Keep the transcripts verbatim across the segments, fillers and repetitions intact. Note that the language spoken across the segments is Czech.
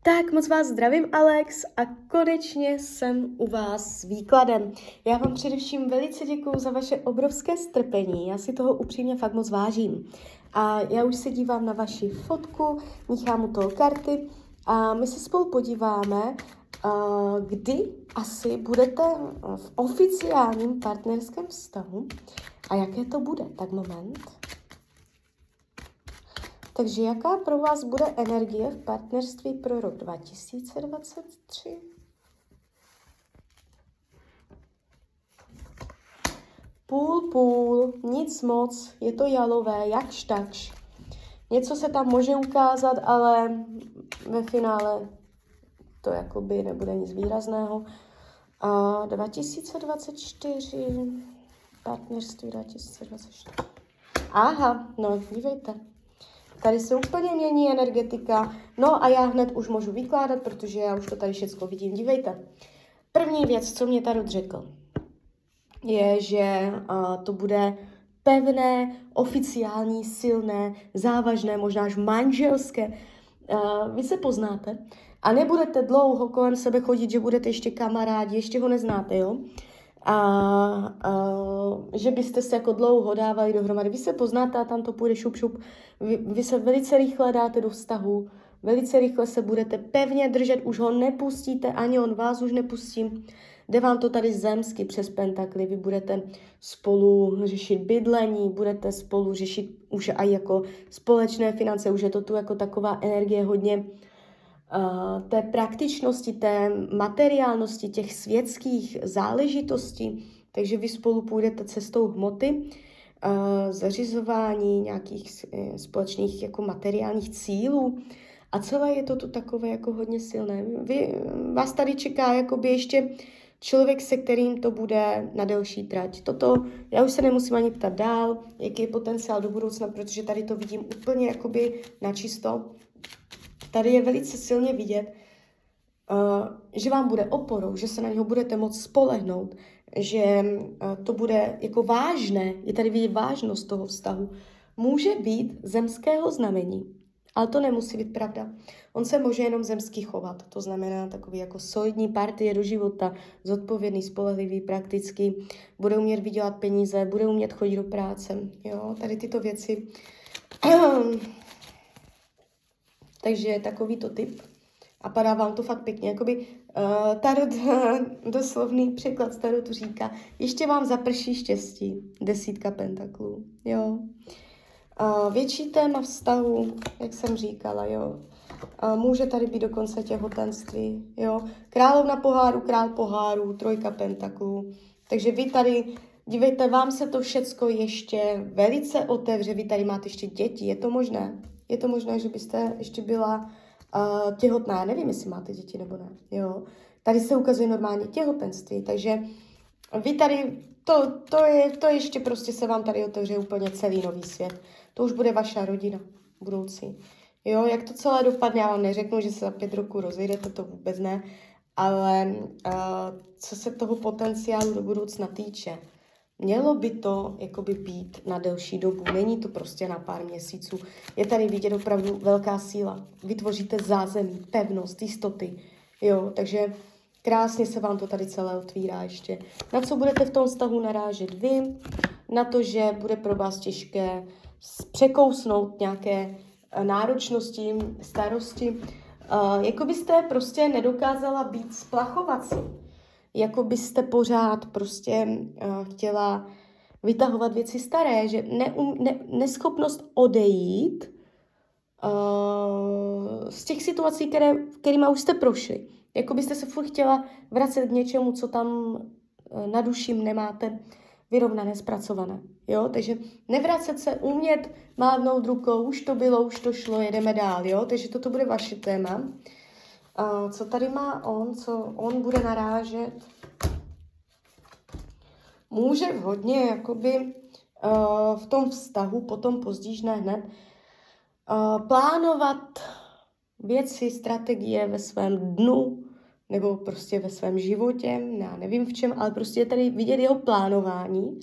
Tak moc vás zdravím, Alex, a konečně jsem u vás s výkladem. Já vám především velice děkuju za vaše obrovské strpení, já si toho upřímně fakt moc vážím. A já už se dívám na vaši fotku, míchám u toho karty a my se spolu podíváme, kdy asi budete v oficiálním partnerském vztahu a jaké to bude. Tak moment. Takže jaká pro vás bude energie v partnerství pro rok dva tisíce dvacet tři? Půl, půl, nic moc, je to jalové, jakž takž. Něco se tam může ukázat, ale ve finále to jakoby nebude nic výrazného. A dva tisíce dvacet čtyři, partnerství dva tisíce dvacet čtyři. Aha, no dívejte. Tady se úplně mění energetika. No a já hned už můžu vykládat, protože já už to tady všechno vidím. Dívejte. První věc, co mě Tarot řekl, je, že uh, to bude pevné, oficiální, silné, závažné, možná až manželské. Uh, vy se poznáte a nebudete dlouho kolem sebe chodit, že budete ještě kamarádi, ještě ho neznáte, jo? A, a že byste se jako dlouho dávali dohromady. Vy se poznáte a tam to půjde šup, šup. Vy, vy se velice rychle dáte do vztahu, velice rychle se budete pevně držet, už ho nepustíte, ani on vás už nepustí. Jde vám to tady zemsky přes pentakly, vy budete spolu řešit bydlení, budete spolu řešit už i jako společné finance, už je to tu jako taková energie hodně Uh, té praktičnosti, té materiálnosti, těch světských záležitostí, takže vy spolu půjdete cestou hmoty, uh, zařizování nějakých uh, společných jako materiálních cílů a celé je to tu takové jako hodně silné. Vy, vás tady čeká jakoby ještě člověk, se kterým to bude na delší trať. Toto, já už se nemusím ani ptat dál, jaký je potenciál do budoucna, protože tady to vidím úplně jakoby načisto. Tady je velice silně vidět, uh, že vám bude oporou, že se na něho budete moct spolehnout, že uh, to bude jako vážné, je tady vidět vážnost toho vztahu. Může být zemského znamení, ale to nemusí být pravda. On se může jenom zemsky chovat, to znamená takový jako solidní partie do života, zodpovědný, spolehlivý, praktický, bude umět vydělat peníze, bude umět chodit do práce, jo, tady tyto věci. Takže takovýto typ. A padá vám to fakt pěkně. Jakoby uh, tarot, doslovný překlad z tarotu říká, ještě vám zaprší štěstí. Desítka pentaklů. Jo. Uh, větší téma vztahu, jak jsem říkala, jo. Uh, může tady být dokonce těhotenství, jo. Královna poháru, král poháru, trojka pentaklů. Takže vy tady, dívejte, vám se to všecko ještě velice otevře. Vy tady máte ještě děti, je to možné? Je to možné, že byste ještě byla uh, těhotná. Já nevím, jestli máte děti nebo ne. Jo. Tady se ukazuje normálně těhotenství, takže vy tady, to, to, je, to ještě prostě se vám tady otevře úplně celý nový svět. To už bude vaša rodina budoucí. Jo, jak to celé dopadne, já vám neřeknu, že se za pět roků rozejdete, to vůbec ne, ale uh, co se toho potenciálu do budoucna týče, mělo by to jakoby být na delší dobu, není to prostě na pár měsíců. Je tady vidět opravdu velká síla. Vytvoříte zázemí, pevnost, jistoty. Jo, takže krásně se vám to tady celé otvírá ještě. Na co budete v tom vztahu narážet vy? Na to, že bude pro vás těžké překousnout nějaké náročnosti, starosti. Uh, jako byste prostě nedokázala být splachovací. Jako byste pořád prostě uh, chtěla vytahovat věci staré, že neum, ne, neschopnost odejít uh, z těch situací, které, kterýma už jste prošli. Jako byste se furt chtěla vracet k něčemu, co tam uh, na duším nemáte vyrovnané, zpracované. Jo? Takže nevracet se, umět mávnout rukou, už to bylo, už to šlo, jedeme dál. Jo? Takže toto bude vaše téma. Uh, co tady má on, co on bude narážet? Může hodně jakoby uh, v tom vztahu, potom později, ne hned, uh, plánovat věci, strategie ve svém dnu, nebo prostě ve svém životě, já nevím v čem, ale prostě je tady vidět jeho plánování.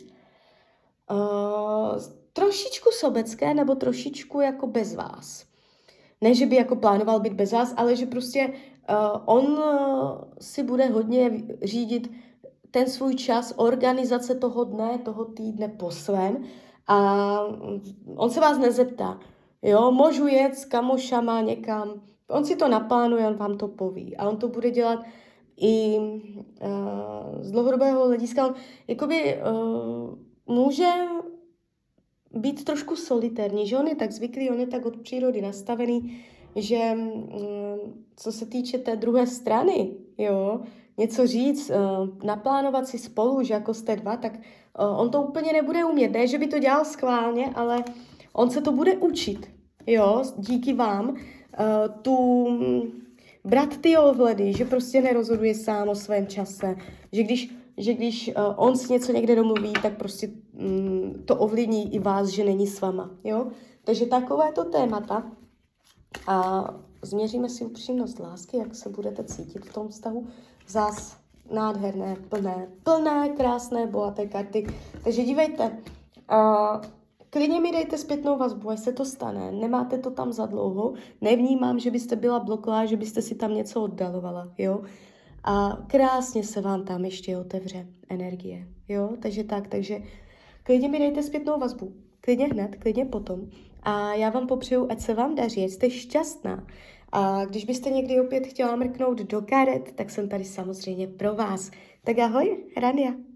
Uh, trošičku sobecké, nebo trošičku jako bez vás. ne, že by jako plánoval být bez vás, ale že prostě uh, on uh, si bude hodně řídit ten svůj čas, organizace toho dne, toho týdne po svém a on se vás nezeptá, jo, můžu jet s kamošama někam, on si to naplánuje, on vám to poví a on to bude dělat i uh, z dlouhodobého hlediska, on jakoby uh, může být trošku solitérní, že on je tak zvyklý, on je tak od přírody nastavený, že um, co se týče té druhé strany, jo, něco říct, uh, naplánovat si spolu, že jako jste dva, tak uh, on to úplně nebude umět. Ne, že by to dělal schválně, ale on se to bude učit, jo, díky vám, uh, tu brát ty ohledy, že prostě nerozhoduje sám o svém čase, že když, že když uh, on si něco někde domluví, tak prostě um, to ovlivní i vás, že není s váma, jo. Takže takovéto témata a změříme si upřímnost lásky, jak se budete cítit v tom vztahu. Zás nádherné, plné, plné, krásné, bohaté karty. Takže dívejte, uh, klidně mi dejte zpětnou vazbu, až se to stane. Nemáte to tam za dlouho. Nevnímám, že byste byla bloklá, že byste si tam něco oddalovala, jo. A krásně se vám tam ještě otevře energie, jo. Takže tak, takže klidně mi dejte zpětnou vazbu. Klidně hned, klidně potom. A já vám popřeju, ať se vám daří, ať jste šťastná. A když byste někdy opět chtěla mrknout do karet, tak jsem tady samozřejmě pro vás. Tak ahoj, Rania.